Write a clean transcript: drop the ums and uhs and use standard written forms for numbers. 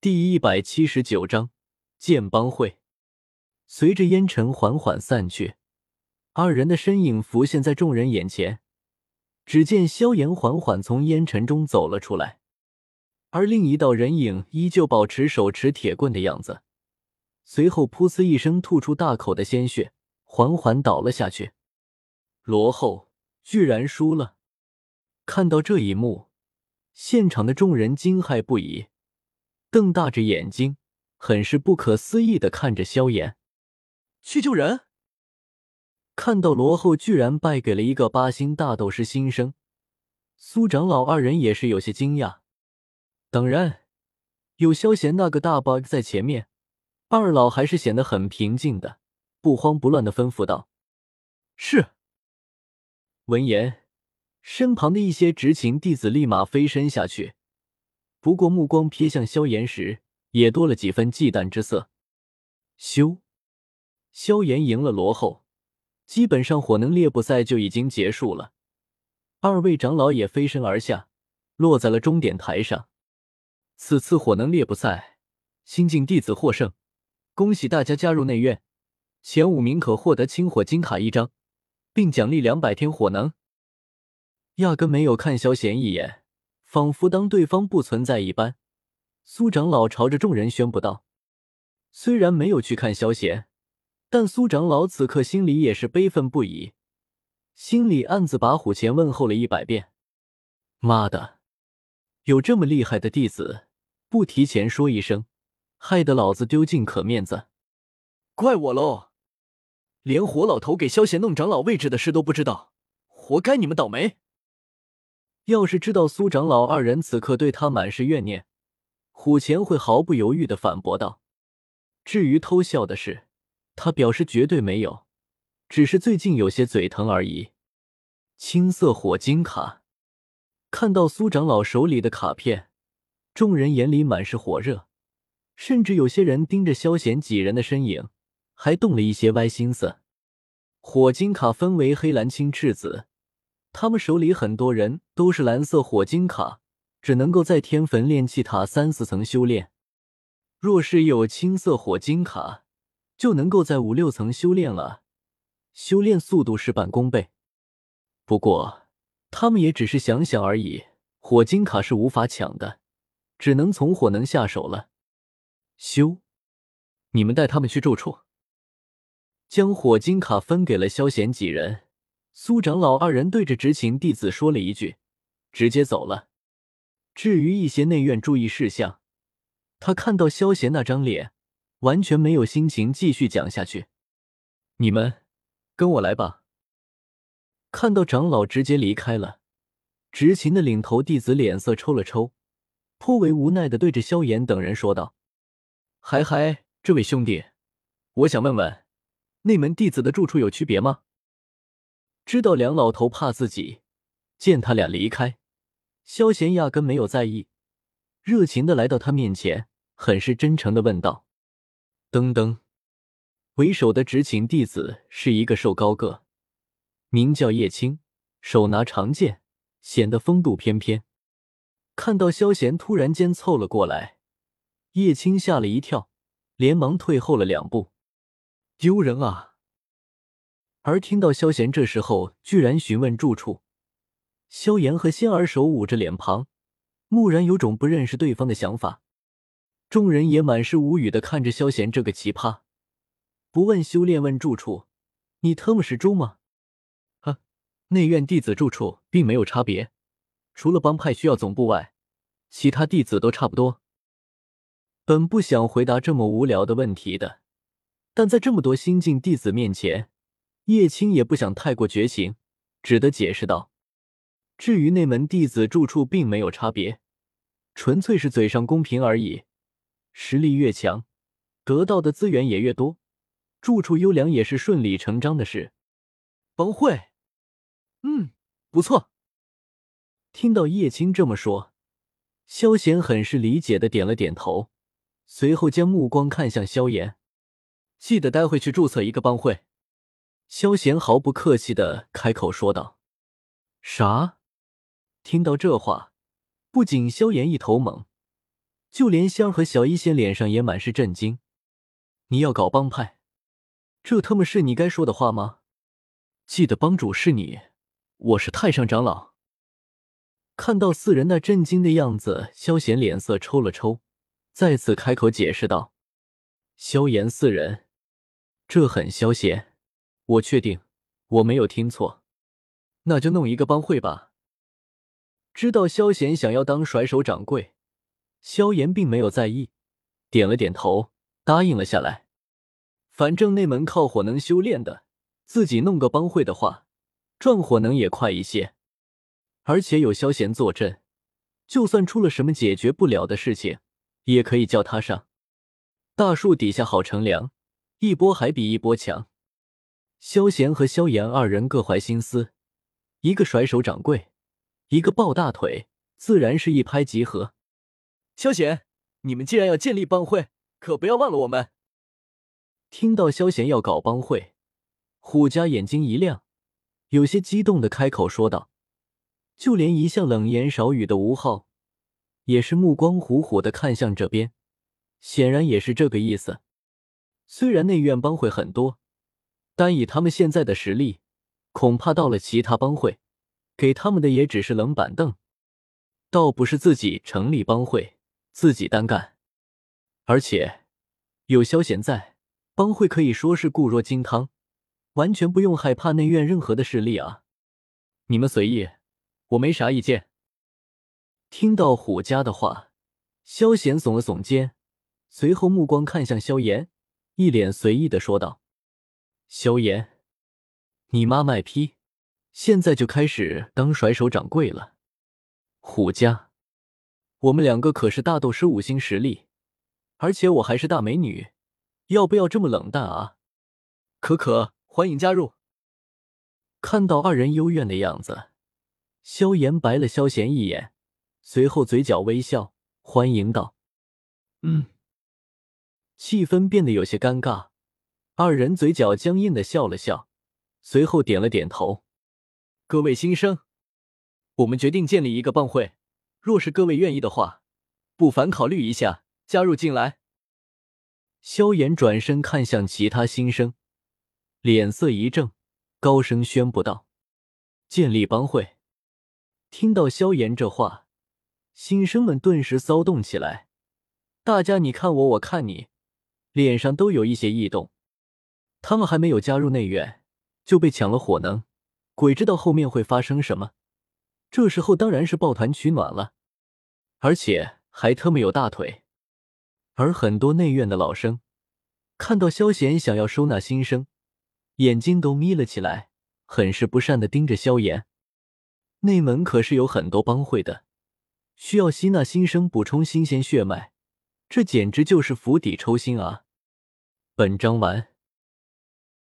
第179章建帮会。随着烟尘缓缓散去，二人的身影浮现在众人眼前。只见萧炎缓缓从烟尘中走了出来，而另一道人影依旧保持手持铁棍的样子，随后噗呲一声吐出大口的鲜血，缓缓倒了下去。罗后居然输了！看到这一幕，现场的众人惊骇不已，瞪大着眼睛，很是不可思议地看着萧炎。 去救人！ 看到罗后居然败给了一个8星大斗师新生，苏长老二人也是有些惊讶。当然，有萧炎那个大 bug 在前面，二老还是显得很平静的，不慌不乱地吩咐道：“是。”闻言，身旁的一些执勤弟子立马飞身下去，不过目光瞥向萧炎时，也多了几分忌惮之色。咻！萧炎赢了罗后，基本上火能猎捕赛就已经结束了。二位长老也飞身而下，落在了终点台上。此次火能猎捕赛，新晋弟子获胜，恭喜大家加入内院，前5名可获得清火金卡1张，并奖励200天火能。压根没有看萧炎一眼，仿佛当对方不存在一般。苏长老朝着众人宣布道。虽然没有去看萧炎，但苏长老此刻心里也是悲愤不已，心里暗自把虎钳问候了100遍。妈的，有这么厉害的弟子，不提前说一声，害得老子丢尽可面子。 怪我喽！连火老头给萧炎弄长老位置的事都不知道，活该你们倒霉！ 要是知道苏长老二人此刻对他满是怨念，虎钳会毫不犹豫地反驳道。至于偷笑的事，他表示绝对没有，只是最近有些嘴疼而已。青色火金卡。看到苏长老手里的卡片，众人眼里满是火热，甚至有些人盯着萧炎几人的身影，还动了一些歪心思。火金卡分为黑蓝青赤紫，他们手里很多人都是蓝色火金卡，只能够在天坟炼气塔3、4层修炼。若是有青色火金卡，就能够在5、6层修炼了，修炼速度事半功倍。不过他们也只是想想而已，火金卡是无法抢的，只能从火能下手了。修，你们带他们去咒处。将火金卡分给了萧炎几人，苏长老二人对着执勤弟子说了一句，直接走了。至于一些内院注意事项，他看到萧炎那张脸，完全没有心情继续讲下去。你们跟我来吧。看到长老直接离开了，执勤的领头弟子脸色抽了抽，颇为无奈地对着萧炎等人说道：嗨，这位兄弟，我想问问，内门弟子的住处有区别吗？知道梁老头怕自己，见他俩离开，萧炎压根没有在意，热情地来到他面前，很是真诚地问道。噔噔，为首的执勤弟子是一个瘦高个，名叫叶青，手拿长剑，显得风度翩翩。看到萧炎突然间凑了过来，叶青吓了一跳，连忙退后了2步。丢人啊！而听到萧炎这时候居然询问住处，萧炎和仙儿手捂着脸庞，蓦然有种不认识对方的想法。众人也满是无语地看着萧炎这个奇葩，不问修炼问住处，你特么是猪吗？内院弟子住处并没有差别，除了帮派需要总部外，其他弟子都差不多。本不想回答这么无聊的问题的，但在这么多新晋弟子面前，叶青也不想太过绝情，只得解释道。至于内门弟子住处并没有差别，纯粹是嘴上公平而已，实力越强，得到的资源也越多，住处优良也是顺理成章的事。帮会，不错。听到叶青这么说，萧炎很是理解的点了点头，随后将目光看向萧炎，记得待会去注册一个帮会。萧炎毫不客气的开口说道。啥？听到这话，不仅萧炎一头懵， 就连仙儿和小医仙脸上也满是震惊。你要搞帮派？这他妈是你该说的话吗？记得帮主是你，我是太上长老。看到四人那震惊的样子，萧贤脸色抽了抽，再次开口解释道：萧炎四人，这很萧贤，我确定我没有听错。那就弄一个帮会吧。知道萧贤想要当甩手掌柜，萧炎并没有在意，点了点头，答应了下来。反正那门靠火能修炼的，自己弄个帮会的话，赚火能也快一些。而且有萧贤坐镇，就算出了什么解决不了的事情，也可以叫他上。大树底下好乘凉，一波还比一波强。萧贤和萧炎二人各怀心思，一个甩手掌柜，一个抱大腿，自然是一拍即合。 萧贤，你们既然要建立帮会，可不要忘了我们。 听到萧贤要搞帮会，虎家眼睛一亮，有些激动地开口说道。就连一向冷言少语的吴昊，也是目光虎虎地看向这边，显然也是这个意思。虽然内院帮会很多，但以他们现在的实力，恐怕到了其他帮会，给他们的也只是冷板凳，倒不是自己成立帮会，自己单干。而且有萧贤在，帮会可以说是固若金汤，完全不用害怕内院任何的势力啊。你们随意，我没啥意见。听到虎家的话，萧贤耸了耸肩，随后目光看向萧炎，一脸随意地说道：萧炎，你妈卖批，现在就开始当甩手掌柜了。虎家，我们两个可是大斗师5星实力，而且我还是大美女，要不要这么冷淡啊？ 可，欢迎加入。 看到二人幽怨的样子，萧炎白了萧贤一眼，随后嘴角微笑，欢迎道：气氛变得有些尴尬，二人嘴角僵硬的笑了笑，随后点了点头。 各位新生，我们决定建立一个帮会，若是各位愿意的话，不妨考虑一下加入进来。 萧炎转身看向其他新生，脸色一正，高声宣布道：建立帮会。听到萧炎这话，新生们顿时骚动起来，大家你看我，我看你，脸上都有一些异动。他们还没有加入内院，就被抢了火能，鬼知道后面会发生什么。这时候当然是抱团取暖了，而且还特么有大腿。而很多内院的老生看到萧贤想要收纳新生，眼睛都眯了起来，很是不善地盯着萧炎。内门可是有很多帮会的，需要吸纳新生补充新鲜血脉，这简直就是釜底抽薪啊！本章完。